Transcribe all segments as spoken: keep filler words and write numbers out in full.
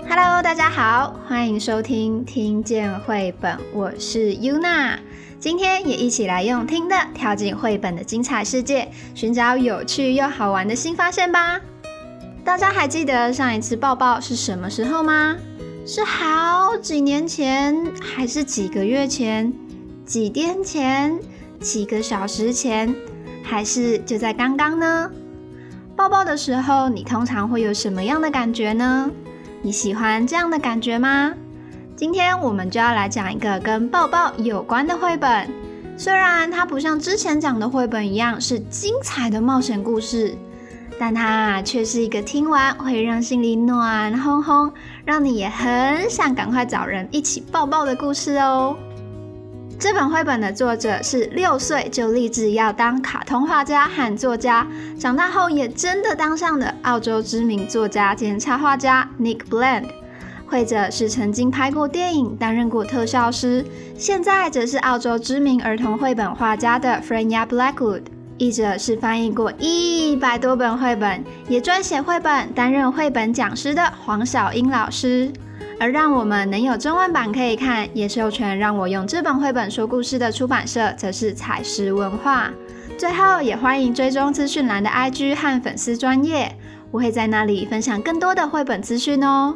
Hello， 大家好，欢迎收听听见绘本，我是 Yuna。今天也一起来用听的跳进绘本的精彩世界，寻找有趣又好玩的新发现吧。大家还记得上一次抱抱是什么时候吗？是好几年前，还是几个月前、几天前、几个小时前，还是就在刚刚呢？抱抱的时候，你通常会有什么样的感觉呢？你喜欢这样的感觉吗？今天我们就要来讲一个跟抱抱有关的绘本。虽然它不像之前讲的绘本一样是精彩的冒险故事，但它却是一个听完会让心里暖烘烘，让你也很想赶快找人一起抱抱的故事哦。这本绘本的作者是六岁就立志要当卡通画家和作家，长大后也真的当上了澳洲知名作家兼插画家 Nick Bland。绘者是曾经拍过电影、担任过特效师，现在则是澳洲知名儿童绘本画家的 Freya Blackwood。译者是翻译过一百多本绘本，也撰写绘本、担任绘本讲师的黄小英老师。而让我们能有中文版可以看，也授权让我用这本绘本说故事的出版社，则是彩石文化。最后，也欢迎追踪资讯栏的 I G 和粉丝专页，我会在那里分享更多的绘本资讯哦。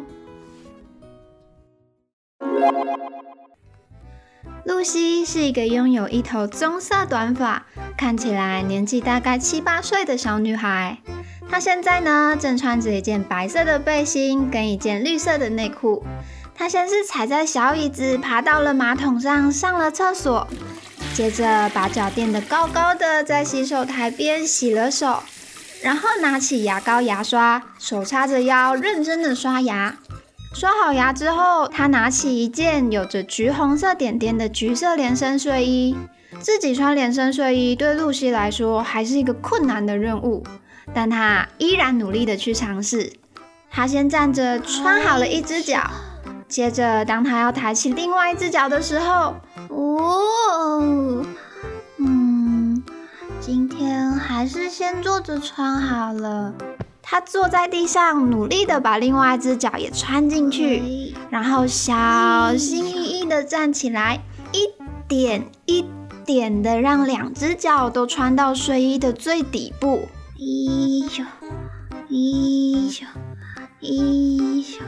露西是一个拥有一头棕色短发，看起来年纪大概七八岁的小女孩。她现在呢，正穿着一件白色的背心跟一件绿色的内裤。她先是踩在小椅子，爬到了马桶上，上了厕所，接着把脚垫得高高的，在洗手台边洗了手，然后拿起牙膏牙刷，手叉着腰，认真的刷牙。刷好牙之后，她拿起一件有着橘红色点点的橘色连身睡衣。自己穿连身睡衣对露西来说还是一个困难的任务，但她依然努力的去尝试。她先站着穿好了一只脚，接着当她要抬起另外一只脚的时候，哦，嗯，今天还是先坐着穿好了。她坐在地上，努力的把另外一只脚也穿进去，然后小心翼翼的站起来，一点一点的让两只脚都穿到睡衣的最底部。一咻一咻一咻，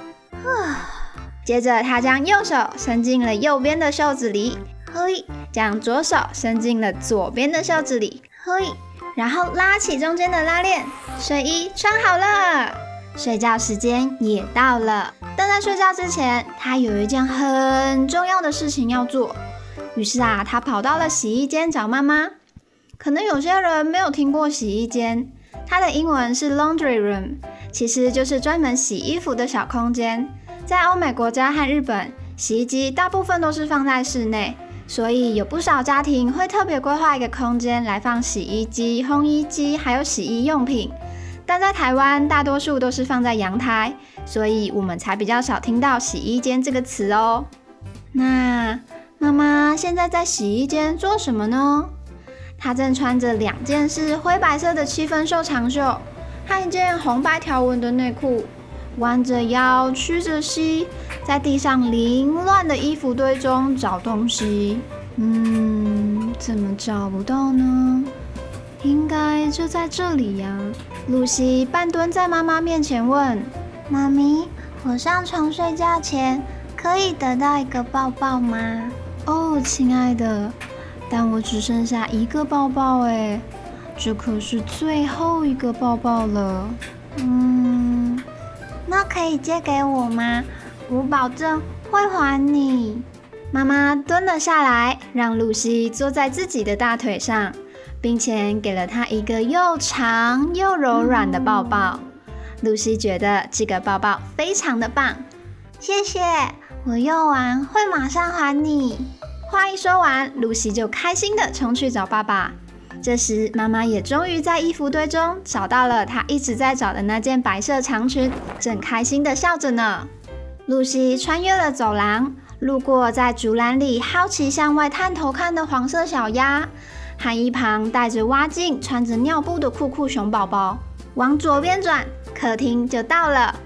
接着她将右手伸进了右边的袖子里，嘿，将左手伸进了左边的袖子里，嘿，然后拉起中间的拉链，睡衣穿好了。睡觉时间也到了，但在睡觉之前，她有一件很重要的事情要做。于是啊，她跑到了洗衣间找妈妈。可能有些人没有听过洗衣间，它的英文是 laundry room， 其实就是专门洗衣服的小空间。在欧美国家和日本，洗衣机大部分都是放在室内，所以有不少家庭会特别规划一个空间来放洗衣机、烘衣机还有洗衣用品。但在台湾，大多数都是放在阳台，所以我们才比较少听到洗衣间这个词哦。那妈妈现在在洗衣间做什么呢？她正穿着两件是灰白色的七分袖长袖和一件红白条纹的内裤，弯着腰，屈着膝，在地上凌乱的衣服堆中找东西。嗯，怎么找不到呢？应该就在这里呀。露西半蹲在妈妈面前问：妈咪，我上床睡觉前可以得到一个抱抱吗？哦，亲爱的，但我只剩下一个抱抱哎，这可是最后一个抱抱了。嗯，那可以借给我吗？我保证会还你。妈妈蹲了下来，让露西坐在自己的大腿上，并且给了她一个又长又柔软的抱抱。露西觉得这个抱抱非常的棒。谢谢，我用完会马上还你。话一说完，露西就开心地冲去找爸爸。这时，妈妈也终于在衣服堆中找到了她一直在找的那件白色长裙，正开心地笑着呢。露西穿越了走廊，路过在竹篮里好奇向外探头看的黄色小鸭，和一旁戴着蛙镜、穿着尿布的酷酷熊宝宝。往左边转，客厅就到了。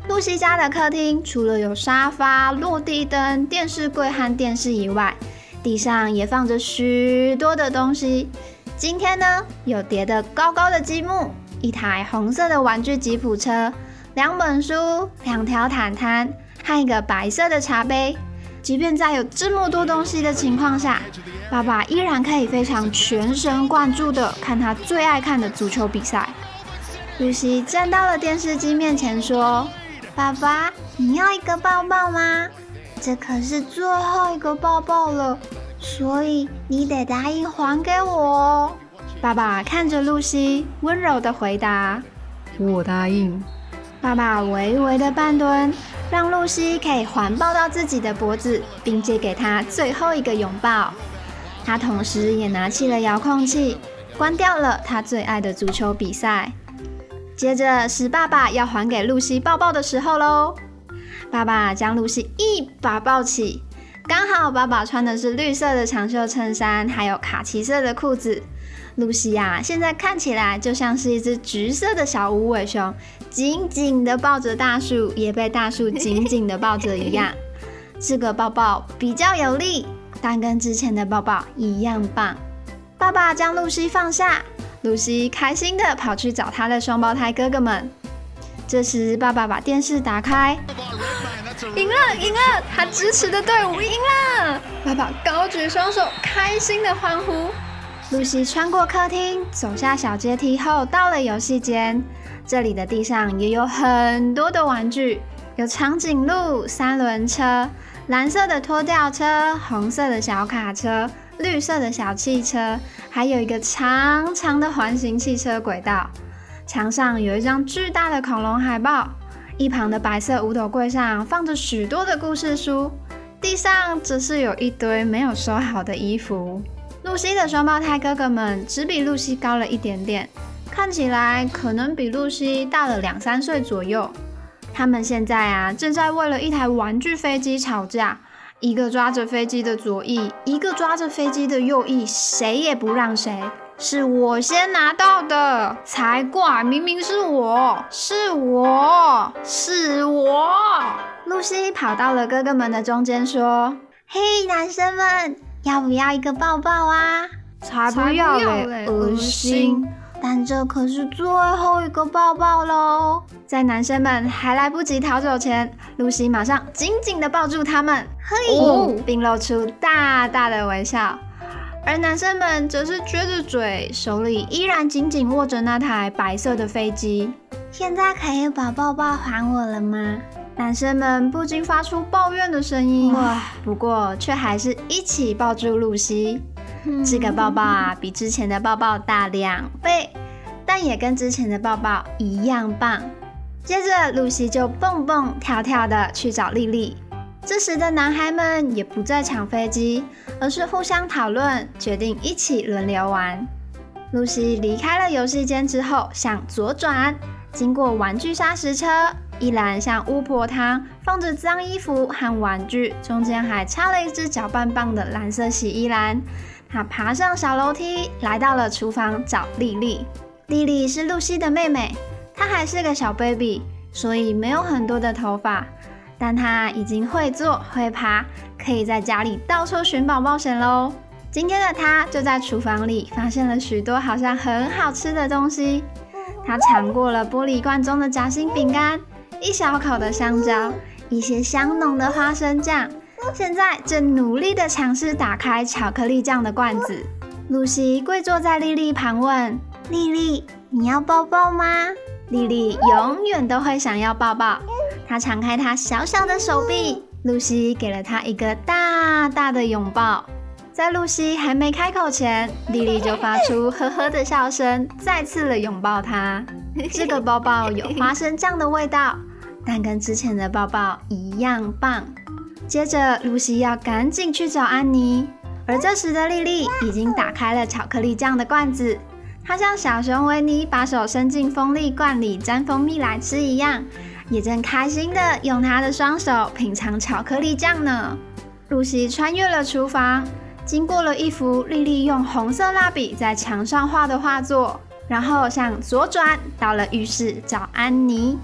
露西家的客厅除了有沙发、落地灯、电视柜和电视以外，地上也放着许多的东西。今天呢，有叠得高高的积木，一台红色的玩具吉普车，两本书，两条毯毯，和一个白色的茶杯。即便在有这么多东西的情况下，爸爸依然可以非常全神贯注地看他最爱看的足球比赛。露西站到了电视机面前说：“爸爸，你要一个抱抱吗？这可是最后一个抱抱了，所以你得答应还给我哦。”爸爸看着露西，温柔地回答：“ 我答应。” 爸爸微微的半蹲，让露西可以环抱到自己的脖子，并且给她最后一个拥抱。他同时也拿起了遥控器，关掉了他最爱的足球比赛。接着是爸爸要还给露西抱抱的时候咯。爸爸将露西一把抱起，刚好爸爸穿的是绿色的长袖衬衫，还有卡其色的裤子。露西啊，现在看起来就像是一只橘色的小无尾熊，紧紧的抱着大树，也被大树紧紧的抱着一样。这个抱抱比较有力，但跟之前的抱抱一样棒。爸爸将露西放下，露西开心的跑去找他的双胞胎哥哥们。这时爸爸把电视打开，赢了赢了，他支持的队伍赢了！爸爸高举双手，开心的欢呼。露西穿过客厅，走下小阶梯后，到了游戏间。这里的地上也有很多的玩具，有长颈鹿、三轮车、蓝色的拖吊车、红色的小卡车、绿色的小汽车，还有一个长长的环形汽车轨道。墙上有一张巨大的恐龙海报，一旁的白色五斗柜上放着许多的故事书，地上则是有一堆没有收好的衣服。露西的双胞胎哥哥们只比露西高了一点点，看起来可能比露西大了两三岁左右。他们现在啊，正在为了一台玩具飞机吵架，一个抓着飞机的左翼，一个抓着飞机的右翼，谁也不让谁。是我先拿到的，才怪！明明是我，是我，是我！露西跑到了哥哥们的中间，说：“嘿，男生们，要不要一个抱抱啊？”才不要嘞，恶心！但这可是最后一个抱抱咯。在男生们还来不及逃走前，露西马上紧紧地抱住他们，嘿、哦，并露出大大的微笑。而男生们则是撅着嘴，手里依然紧紧握着那台白色的飞机。现在可以把抱抱还我了吗？男生们不禁发出抱怨的声音，不过却还是一起抱住露西。这个抱抱啊，比之前的抱抱大两倍，但也跟之前的抱抱一样棒。接着，露西就蹦蹦跳跳的去找莉莉。这时的男孩们也不再抢飞机，而是互相讨论，决定一起轮流玩。露西离开了游戏间之后，向左转，经过玩具砂石车，一栏像巫婆汤，放着脏衣服和玩具，中间还插了一只搅拌棒的蓝色洗衣篮。他爬上小楼梯，来到了厨房找莉莉。莉莉是露西的妹妹，她还是个小 baby， 所以没有很多的头发。但她已经会坐会爬，可以在家里到处寻宝冒险咯。今天的她就在厨房里发现了许多好像很好吃的东西。她尝过了玻璃罐中的夹心饼干，一小口的香蕉，一些香浓的花生酱，现在正努力地尝试打开巧克力酱的罐子。露西跪坐在莉莉旁问：“莉莉，你要抱抱吗？”莉莉永远都会想要抱抱。她敞开她小小的手臂，露西给了她一个大大的拥抱。在露西还没开口前，莉莉就发出呵呵的笑声，再次的拥抱她。这个抱抱有花生酱的味道，但跟之前的抱抱一样棒。接着，露西要赶紧去找安妮，而这时的莉莉已经打开了巧克力酱的罐子。她像小熊维尼把手伸进蜂蜜罐里沾蜂蜜来吃一样，也正开心的用她的双手品尝巧克力酱呢。露西穿越了厨房，经过了一幅莉莉用红色蜡笔在墙上画的画作，然后向左转，到了浴室找安妮。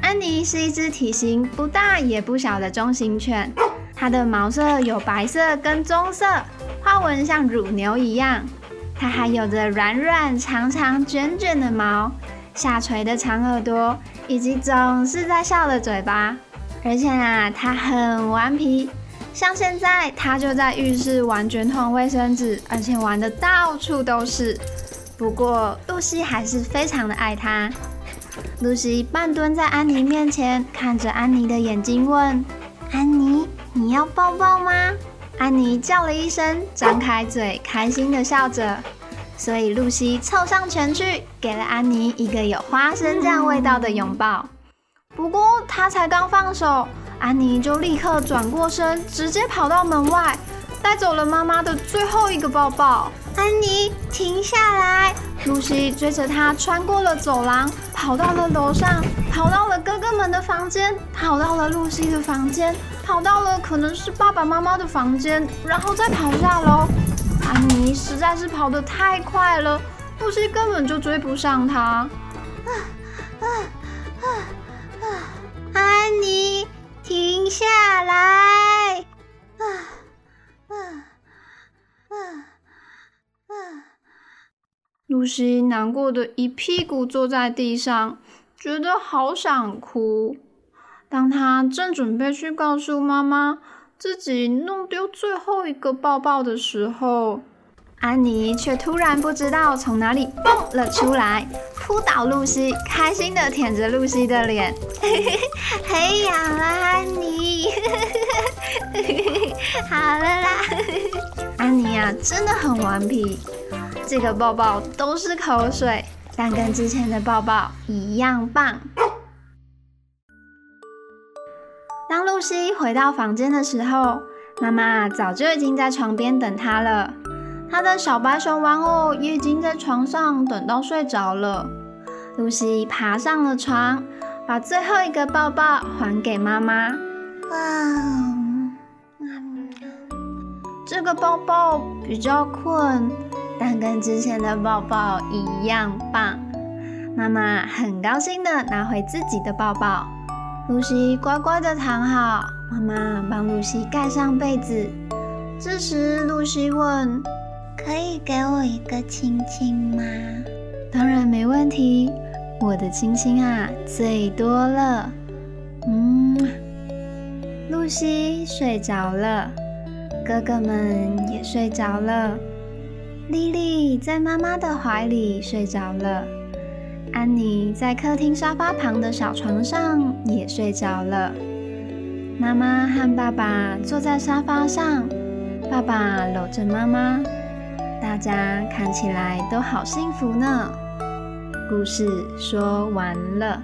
安妮是一只体型不大也不小的中型犬，它的毛色有白色跟棕色，花纹像乳牛一样。它还有着软软、长长、卷卷的毛，下垂的长耳朵，以及总是在笑的嘴巴。而且啊，它很顽皮，像现在它就在浴室玩卷筒卫生纸，而且玩的到处都是。不过露西还是非常的爱它。露西半蹲在安妮面前，看着安妮的眼睛问：安妮，你要抱抱吗？安妮叫了一声，张开嘴，开心的笑着。所以露西凑上前去，给了安妮一个有花生酱味道的拥抱。不过她才刚放手，安妮就立刻转过身，直接跑到门外，带走了妈妈的最后一个抱抱。安妮，停下来！露西追着她穿过了走廊，跑到了楼上，跑到了哥哥们的房间，跑到了露西的房间，跑到了可能是爸爸妈妈的房间，然后再跑下楼。安妮实在是跑得太快了，露西根本就追不上她。啊啊啊啊！安妮，停下来！啊啊啊啊！露西难过的一屁股坐在地上，觉得好想哭。当她正准备去告诉妈妈自己弄丢最后一个抱抱的时候，安妮却突然不知道从哪里蹦了出来，扑倒露西，开心的舔着露西的脸。嘿呀啦，安妮，好了啦。安妮啊，真的很顽皮，这个抱抱都是口水，但跟之前的抱抱一样棒。当露西回到房间的时候，妈妈早就已经在床边等她了。她的小白熊玩偶也已经在床上等到睡着了。露西爬上了床，把最后一个抱抱还给妈妈。哇，这个抱抱比较困，但跟之前的抱抱一样棒。妈妈很高兴的拿回自己的抱抱。露西乖乖的躺好，妈妈帮露西盖上被子。这时露西问：可以给我一个亲亲吗？当然没问题，我的亲亲啊最多了。嗯，露西睡着了，哥哥们也睡着了，莉莉在妈妈的怀里睡着了，安妮在客厅沙发旁的小床上也睡着了。妈妈和爸爸坐在沙发上，爸爸搂着妈妈，大家看起来都好幸福呢。故事说完了。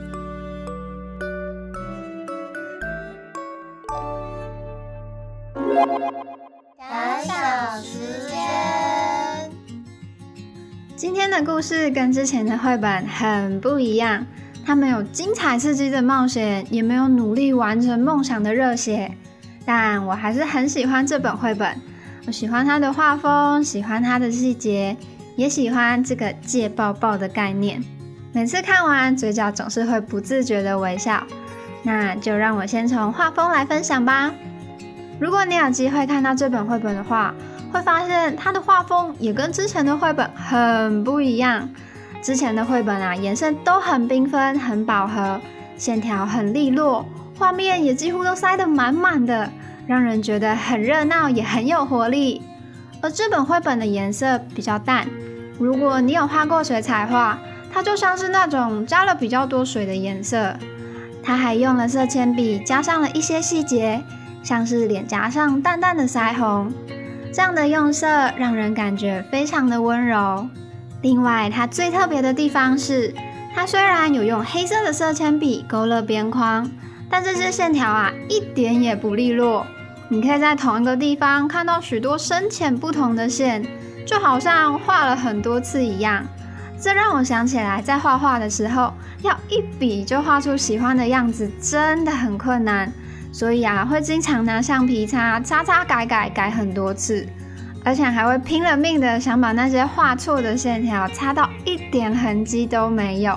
感想时间。 今天的故事跟之前的绘本很不一样，它没有精彩刺激的冒险，也没有努力完成梦想的热血，但我还是很喜欢这本绘本。我喜欢它的画风，喜欢它的细节，也喜欢这个借抱抱的概念。每次看完，嘴角总是会不自觉的微笑。那就让我先从画风来分享吧。如果你有机会看到这本绘本的话，会发现它的画风也跟之前的绘本很不一样。之前的绘本啊，颜色都很缤纷、很饱和，线条很利落，画面也几乎都塞得满满的，让人觉得很热闹，也很有活力。而这本绘本的颜色比较淡，如果你有画过水彩画，它就像是那种加了比较多水的颜色。它还用了色铅笔，加上了一些细节，像是脸颊上淡淡的腮红，这样的用色让人感觉非常的温柔。另外，它最特别的地方是，它虽然有用黑色的色铅笔勾勒边框，但这些线条啊一点也不利落。你可以在同一个地方看到许多深浅不同的线，就好像画了很多次一样。这让我想起来，在画画的时候，要一笔就画出喜欢的样子，真的很困难。所以啊，会经常拿橡皮擦擦擦改改改很多次，而且还会拼了命的想把那些画错的线条擦到一点痕迹都没有。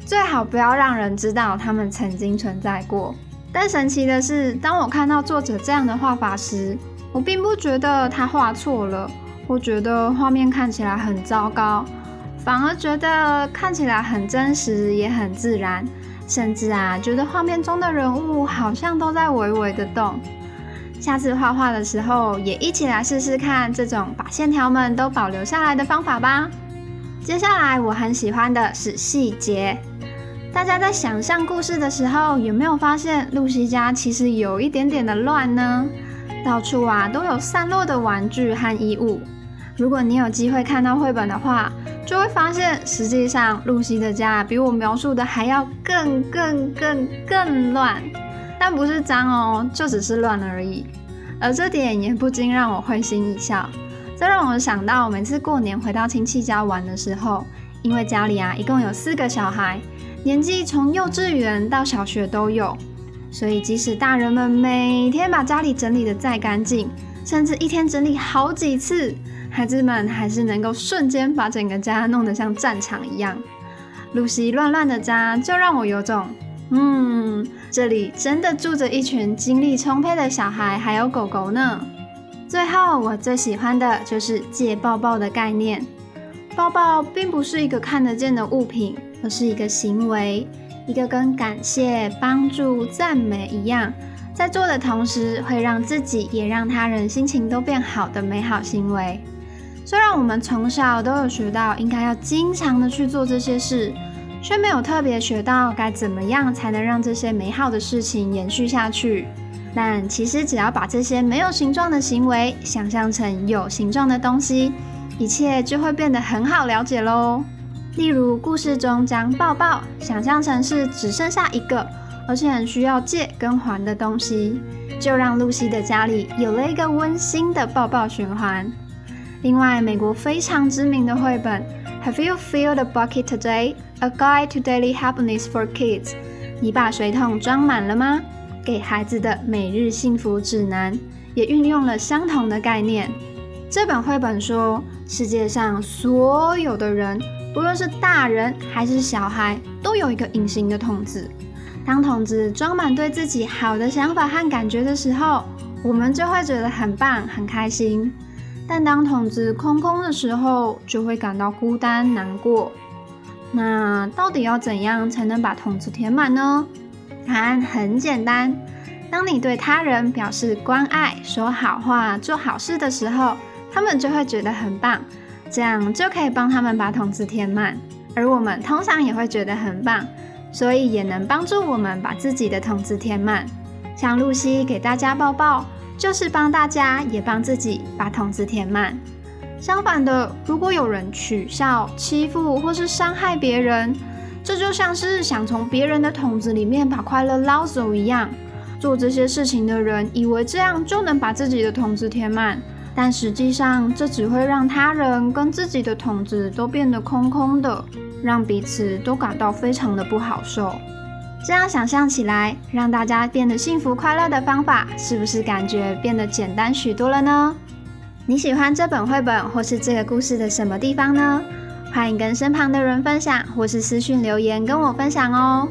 最好不要让人知道他们曾经存在过。但神奇的是，当我看到作者这样的画法时，我并不觉得他画错了，我觉得画面看起来很糟糕，反而觉得看起来很真实，也很自然，甚至啊，觉得画面中的人物好像都在微微的动。下次画画的时候，也一起来试试看这种把线条们都保留下来的方法吧。接下来我很喜欢的是细节。大家在想象故事的时候，有没有发现露西家其实有一点点的乱呢？到处啊都有散落的玩具和衣物。如果你有机会看到绘本的话，就会发现实际上露西的家比我描述的还要更更更更乱。但不是脏哦，就只是乱而已。而这点也不禁让我会心一笑。这让我想到每次过年回到亲戚家玩的时候，因为家里啊一共有四个小孩，年纪从幼稚园到小学都有，所以即使大人们每天把家里整理得再干净，甚至一天整理好几次，孩子们还是能够瞬间把整个家弄得像战场一样。露西乱乱的家就让我有种嗯，这里真的住着一群精力充沛的小孩还有狗狗呢。最后我最喜欢的就是借抱抱的概念。抱抱并不是一个看得见的物品，而是一个行为，一个跟感谢、帮助、赞美一样，在做的同时会让自己也让他人心情都变好的美好行为。虽然我们从小都有学到应该要经常的去做这些事，却没有特别学到该怎么样才能让这些美好的事情延续下去。但其实只要把这些没有形状的行为想象成有形状的东西，一切就会变得很好了解咯。例如故事中将抱抱想象成是只剩下一个，而且很需要借跟还的东西，就让露西的家里有了一个温馨的抱抱循环。另外，美国非常知名的绘本 Have you filled a bucket today? A Guide to Daily Happiness for Kids 你把水桶装满了吗？给孩子的每日幸福指南也运用了相同的概念。这本绘本说，世界上所有的人，不论是大人还是小孩，都有一个隐形的桶子。当桶子装满对自己好的想法和感觉的时候，我们就会觉得很棒很开心。但当桶子空空的时候，就会感到孤单难过。那到底要怎样才能把桶子填满呢？答案很简单，当你对他人表示关爱，说好话，做好事的时候，他们就会觉得很棒，这样就可以帮他们把桶子填满。而我们通常也会觉得很棒，所以也能帮助我们把自己的桶子填满。像露西给大家抱抱，就是帮大家也帮自己把桶子填满。相反的，如果有人取笑、欺负或是伤害别人，这就像是想从别人的桶子里面把快乐捞走一样。做这些事情的人以为这样就能把自己的桶子填满，但实际上这只会让他人跟自己的桶子都变得空空的，让彼此都感到非常的不好受。这样想象起来，让大家变得幸福快乐的方法，是不是感觉变得简单许多了呢？你喜欢这本绘本或是这个故事的什么地方呢？欢迎跟身旁的人分享，或是私讯留言跟我分享哦。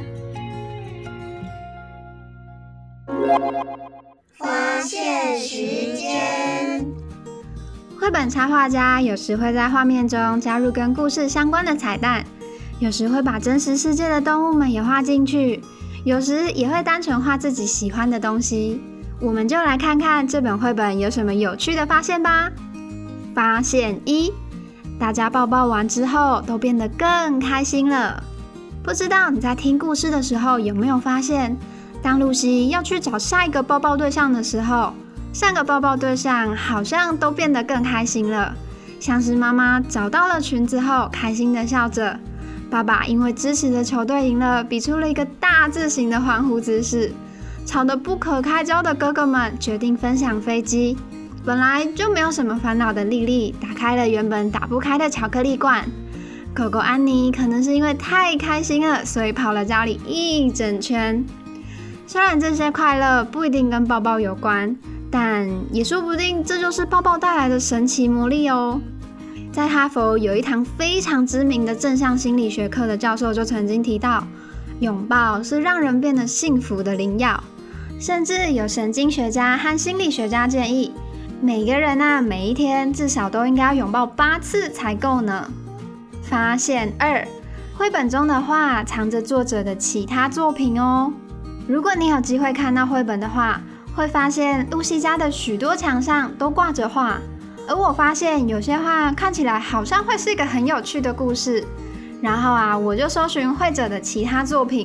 发现时间。 绘本插画家有时会在画面中加入跟故事相关的彩蛋，有时会把真实世界的动物们也画进去，有时也会单纯画自己喜欢的东西。我们就来看看这本绘本有什么有趣的发现吧。发现一，大家抱抱完之后都变得更开心了。不知道你在听故事的时候有没有发现，当露西要去找下一个抱抱对象的时候，上个抱抱对象好像都变得更开心了。像是妈妈找到了裙子后开心的笑着，爸爸因为支持的球队赢了，比出了一个大字形的欢呼姿势。吵得不可开交的哥哥们决定分享飞机，本来就没有什么烦恼的莉莉打开了原本打不开的巧克力罐。狗狗安妮可能是因为太开心了，所以跑了家里一整圈。虽然这些快乐不一定跟抱抱有关，但也说不定这就是抱抱带来的神奇魔力哦。 在哈佛有一堂非常知名的正向心理学课的教授就曾经提到，拥抱是让人变得幸福的灵药。甚至有神经学家和心理学家建议，每个人啊，每一天至少都应该要拥抱八次才够呢。发现二，绘本中的画藏着作者的其他作品哦。如果你有机会看到绘本的话，会发现露西家的许多墙上都挂着画，而我发现有些画看起来好像会是一个很有趣的故事。然后啊，我就搜寻绘者的其他作品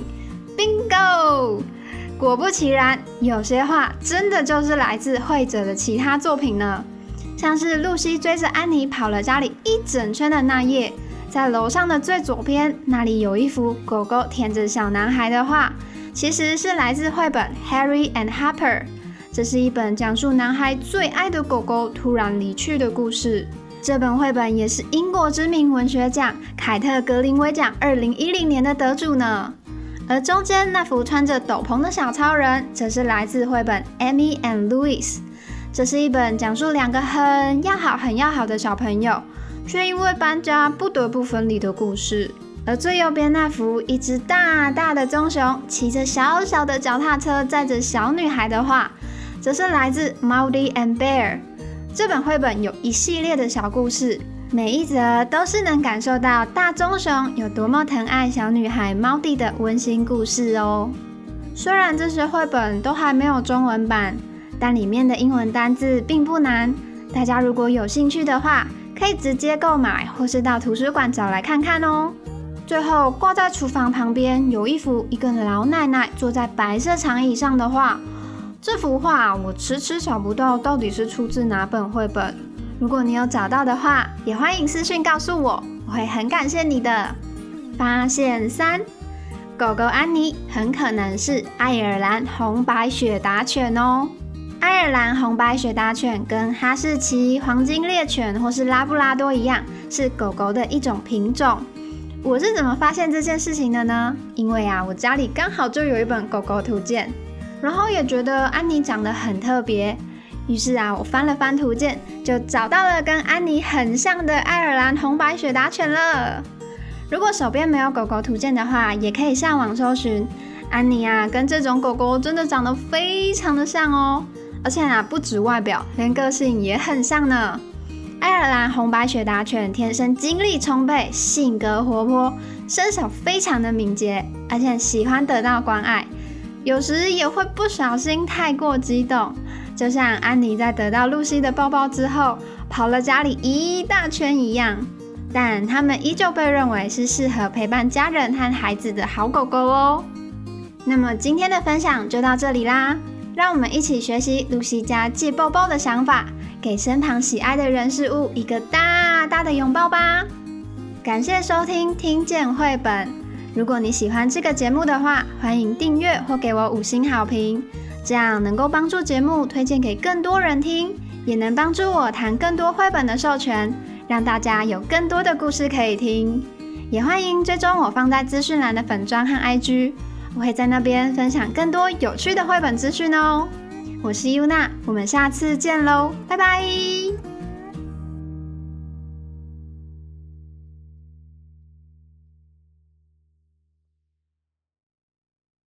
，bingo！ 果不其然，有些画真的就是来自绘者的其他作品呢。像是露西追着安妮跑了家里一整圈的那页，在楼上的最左边，那里有一幅狗狗舔着小男孩的画，其实是来自绘本 Harry and Hopper。这是一本讲述男孩最爱的狗狗突然离去的故事。这本绘本也是英国知名文学奖凯特·格林威奖二零一零年的得主呢。而中间那幅穿着斗篷的小超人，则是来自绘本 Amy and Louis。这是一本讲述两个很要好、很要好的小朋友，却因为搬家不得不分离的故事。而最右边那幅一只大大的棕熊骑着小小的脚踏车载着小女孩的画，则是来自 Mousy and Bear。 这本绘本有一系列的小故事，每一则都是能感受到大棕熊有多么疼爱小女孩 Mousy 的温馨故事哦。虽然这些绘本都还没有中文版，但里面的英文单字并不难，大家如果有兴趣的话，可以直接购买或是到图书馆找来看看哦。最后挂在厨房旁边有一幅一个老奶奶坐在白色长椅上的画，这幅画我迟迟找不到到底是出自哪本绘本。如果你有找到的话，也欢迎私讯告诉我，我会很感谢你的。发现三，狗狗安妮很可能是爱尔兰红白雪达犬哦。爱尔兰红白雪达犬跟哈士奇、黄金猎犬或是拉布拉多一样，是狗狗的一种品种。我是怎么发现这件事情的呢？因为啊，我家里刚好就有一本狗狗图鉴，然后也觉得安妮长得很特别，于是啊，我翻了翻图鉴，就找到了跟安妮很像的爱尔兰红白雪达犬了。如果手边没有狗狗图鉴的话，也可以上网搜寻。安妮啊，跟这种狗狗真的长得非常的像哦，而且啊，不止外表，连个性也很像呢。爱尔兰红白雪达犬天生精力充沛，性格活泼，身手非常的敏捷，而且喜欢得到关爱，有时也会不小心太过激动，就像安妮在得到露西的抱抱之后，跑了家里一大圈一样。但它们依旧被认为是适合陪伴家人和孩子的好狗狗哦。那么今天的分享就到这里啦，让我们一起学习露西家借抱抱的想法，给身旁喜爱的人事物一个大大的拥抱吧。感谢收听听见绘本，如果你喜欢这个节目的话，欢迎订阅或给我五星好评，这样能够帮助节目推荐给更多人听，也能帮助我谈更多绘本的授权，让大家有更多的故事可以听。也欢迎追踪我放在资讯栏的粉专和 I G， 我会在那边分享更多有趣的绘本资讯哦。我是 Yuna， 我们下次见喽，拜拜。